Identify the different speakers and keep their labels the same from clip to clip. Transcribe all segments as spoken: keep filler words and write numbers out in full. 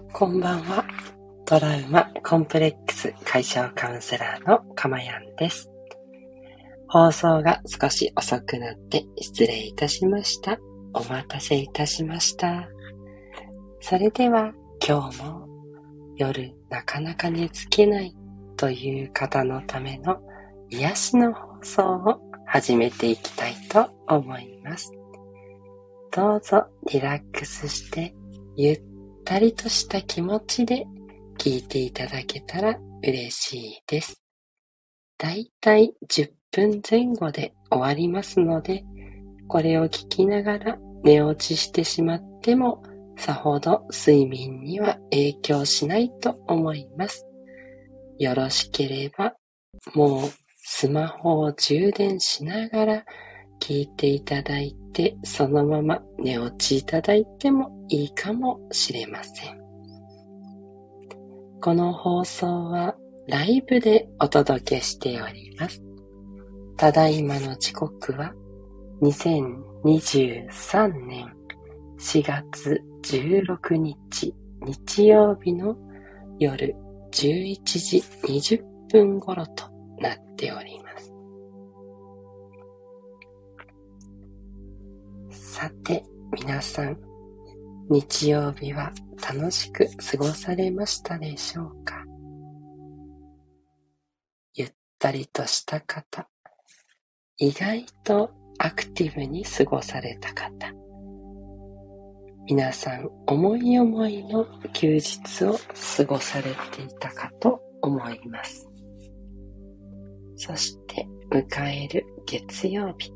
Speaker 1: こんばんは。トラウマコンプレックス解消カウンセラーのかまやんです。放送が少し遅くなって失礼いたしました。お待たせいたしました。それでは今日も夜なかなか寝つけないという方のための癒しの放送を始めていきたいと思います。どうぞリラックスしてゆったりとした気持ちで聞いていただけたら嬉しいです。だいたいじゅっぷんぜん後で終わりますので、これを聞きながら寝落ちしてしまってもさほど睡眠には影響しないと思います。よろしければもうスマホを充電しながら聞いていただいて、そのまま寝落ちいただいてもいいかもしれません。この放送はライブでお届けしております。ただいまの時刻はにせんにじゅうさんねんしがつじゅうろくにち日曜日の夜じゅういちじにじゅっぷん頃となっております。さて皆さん、日曜日は楽しく過ごされましたでしょうか？ゆったりとした方、意外とアクティブに過ごされた方、皆さん思い思いの休日を過ごされていたかと思います。そして迎える月曜日、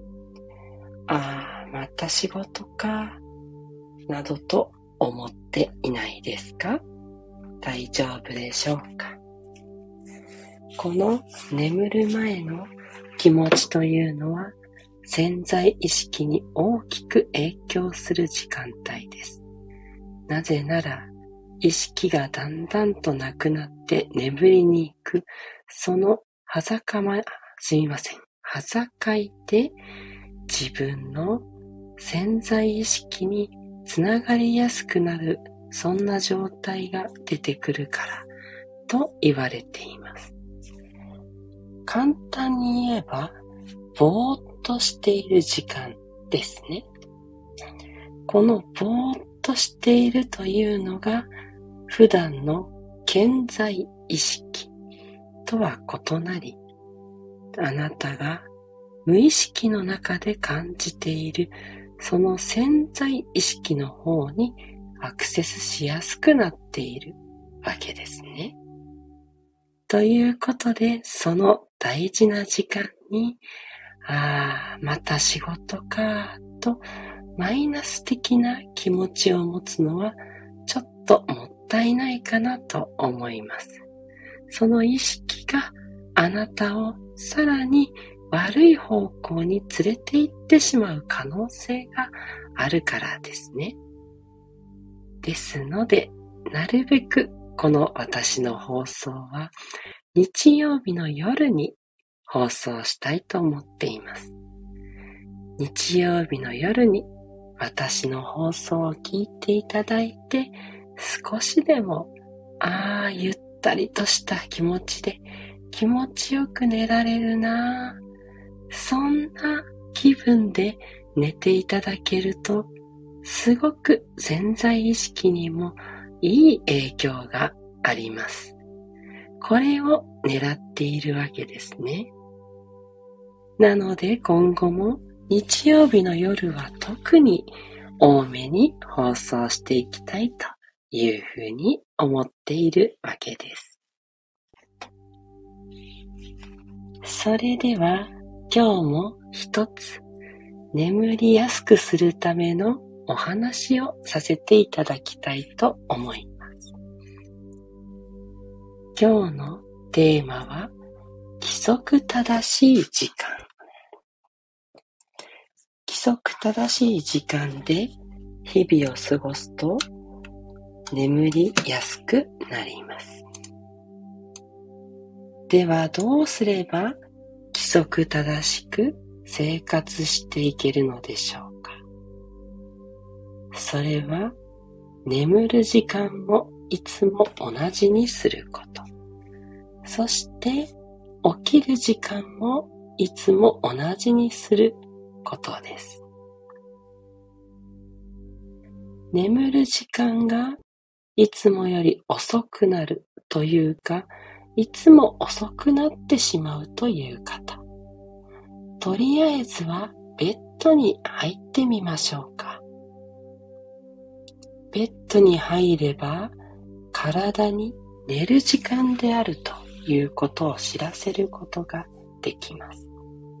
Speaker 1: ああまた仕事かなどと思っていないですか？大丈夫でしょうか？この眠る前の気持ちというのは潜在意識に大きく影響する時間帯です。なぜなら意識がだんだんとなくなって眠りに行くそのはざかま、すみません、はざかいで自分の潜在意識につながりやすくなる、そんな状態が出てくるからと言われています。簡単に言えばぼーっとしている時間ですね。このぼーっとしているというのが普段の顕在意識とは異なり、あなたが無意識の中で感じているその潜在意識の方にアクセスしやすくなっているわけですね。ということで、その大事な時間に、ああ、また仕事か、とマイナス的な気持ちを持つのはちょっともったいないかなと思います。その意識があなたをさらに悪い方向に連れて行ってしまう可能性があるからですね。ですので、なるべくこの私の放送は日曜日の夜に放送したいと思っています。日曜日の夜に私の放送を聞いていただいて、少しでもああゆったりとした気持ちで気持ちよく寝られるな、そんな気分で寝ていただけると、すごく潜在意識にもいい影響があります。これを狙っているわけですね。なので今後も日曜日の夜は特に多めに放送していきたいというふうに思っているわけです。それでは今日も一つ眠りやすくするためのお話をさせていただきたいと思います。今日のテーマは規則正しい時間。規則正しい時間で日々を過ごすと眠りやすくなります。ではどうすれば規則正しく生活していけるのでしょうか。それは眠る時間をいつも同じにすること。そして起きる時間もいつも同じにすることです。眠る時間がいつもより遅くなるというか、いつも遅くなってしまうという方、とりあえずはベッドに入ってみましょうか。ベッドに入れば体に寝る時間であるということを知らせることができます。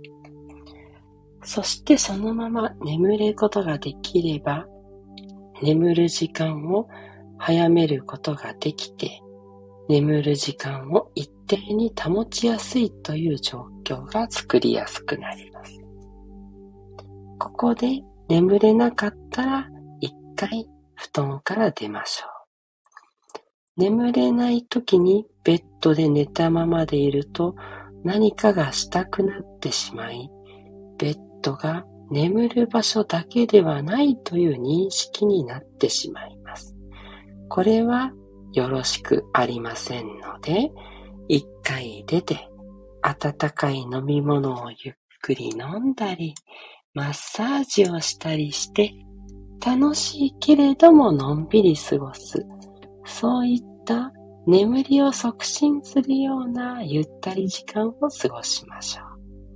Speaker 1: そしてそのまま眠ることができれば、眠る時間を早めることができて、眠る時間を一定に保ちやすいという状況が作りやすくなります。ここで眠れなかったら一回布団から出ましょう。眠れない時にベッドで寝たままでいると何かがしたくなってしまい、ベッドが眠る場所だけではないという認識になってしまいます。これはよろしくありませんので、一回出て温かい飲み物をゆっくり飲んだり、マッサージをしたりして、楽しいけれどものんびり過ごす、そういった眠りを促進するようなゆったり時間を過ごしましょう。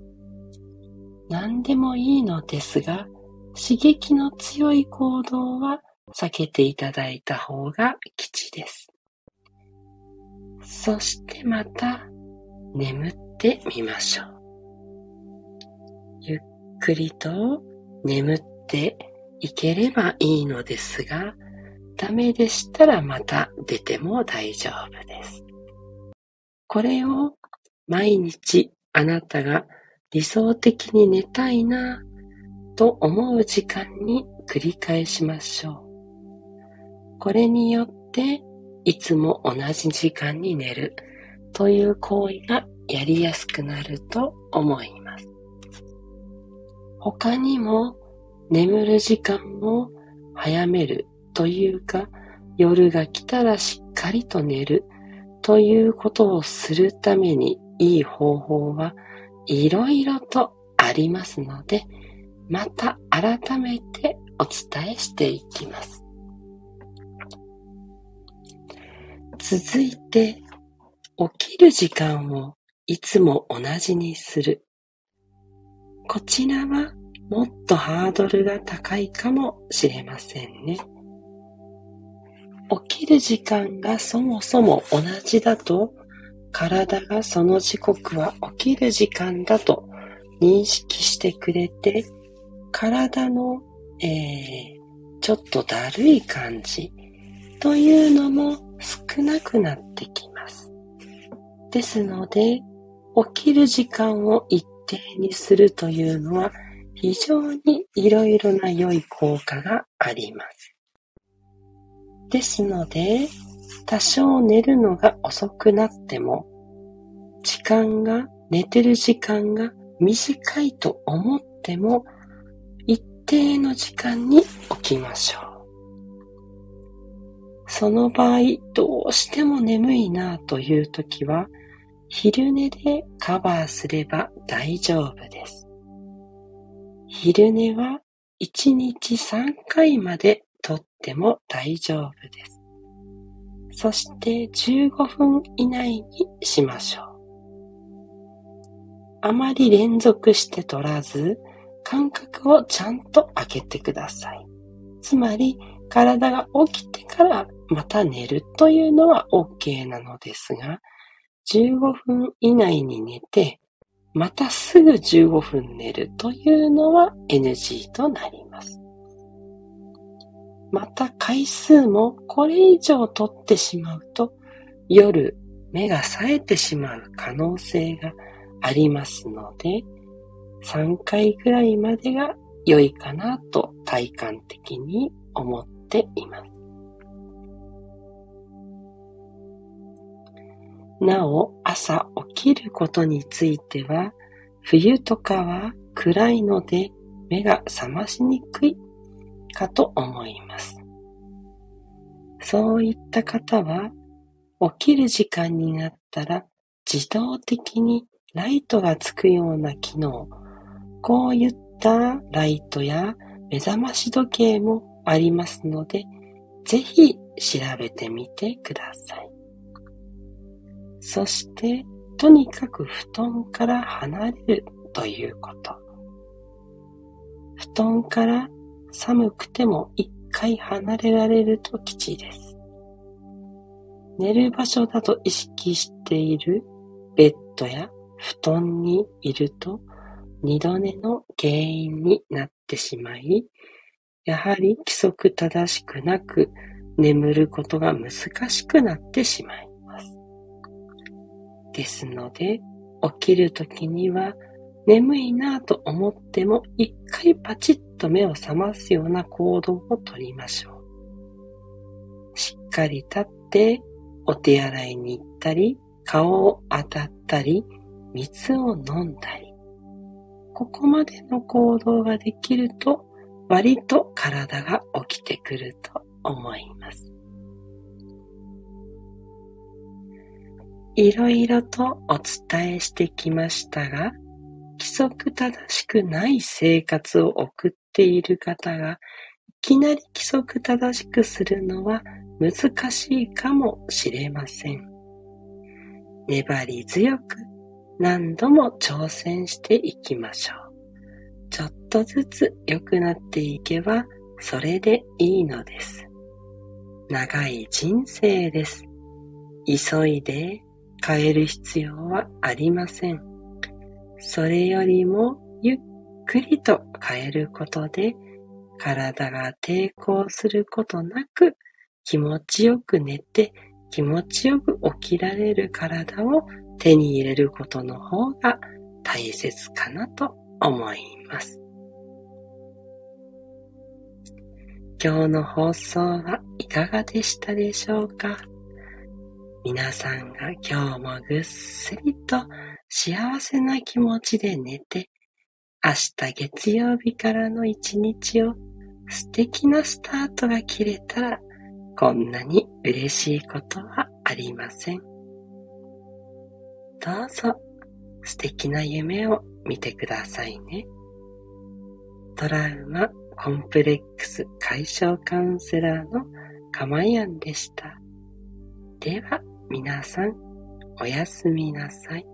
Speaker 1: 何でもいいのですが、刺激の強い行動は避けていただいた方が吉です。そしてまた眠ってみましょう。ゆっくりと眠っていければいいのですが、ダメでしたらまた出ても大丈夫です。これを毎日あなたが理想的に寝たいなと思う時間に繰り返しましょう。これによっていつも同じ時間に寝るという行為がやりやすくなると思います。他にも眠る時間を早めるというか、夜が来たらしっかりと寝るということをするためにいい方法はいろいろとありますので、また改めてお伝えしていきます。続いて、起きる時間をいつも同じにする。こちらはもっとハードルが高いかもしれませんね。起きる時間がそもそも同じだと、体がその時刻は起きる時間だと認識してくれて、体の、えー、ちょっとだるい感じというのも少なくなってきます。ですので、起きる時間を一定にするというのは非常にいろいろな良い効果があります。ですので、多少寝るのが遅くなっても、時間が、寝てる時間が短いと思っても、一定の時間に起きましょう。その場合、どうしても眠いなというときは、昼寝でカバーすれば大丈夫です。昼寝はいちにちさんかいまでとっても大丈夫です。そしてじゅうごふん以内にしましょう。あまり連続して取らず、間隔をちゃんと空けてください。つまり、体が起きてからまた寝るというのは OK なのですが、じゅうごふん以内に寝て、またすぐじゅうごふん寝るというのは エヌジー となります。また回数もこれ以上取ってしまうと、夜目が冴えてしまう可能性がありますので、さんかいぐらいまでが良いかなと体感的に思っています。なお、朝起きることについては、冬とかは暗いので目が覚ましにくいかと思います。 そういった方は、起きる時間になったら自動的にライトがつくような機能、こういったライトや目覚まし時計もありますので、ぜひ調べてみてください。そして、とにかく布団から離れるということ。布団から寒くても一回離れられると吉です。寝る場所だと意識しているベッドや布団にいると二度寝の原因になってしまい、やはり規則正しくなく眠ることが難しくなってしまいます。ですので、起きるときには眠いなぁと思っても一回パチッと目を覚ますような行動をとりましょう。しっかり立ってお手洗いに行ったり、顔を当たったり、水を飲んだり、ここまでの行動ができると割と体が起きてくると思います。いろいろとお伝えしてきましたが、規則正しくない生活を送っている方がいきなり規則正しくするのは難しいかもしれません。粘り強く何度も挑戦していきましょう。ちょっとずつ良くなっていけばそれでいいのです。長い人生です。急いで変える必要はありません。それよりもゆっくりと変えることで体が抵抗することなく気持ちよく寝て気持ちよく起きられる体を手に入れることの方が大切かなと思います。今日の放送はいかがでしたでしょうか？皆さんが今日もぐっすりと幸せな気持ちで寝て、明日月曜日からの一日を素敵なスタートが切れたら、こんなに嬉しいことはありません。どうぞ素敵な夢を見てくださいね。トラウマコンプレックス解消カウンセラーのかまやんでした。では皆さんおやすみなさい。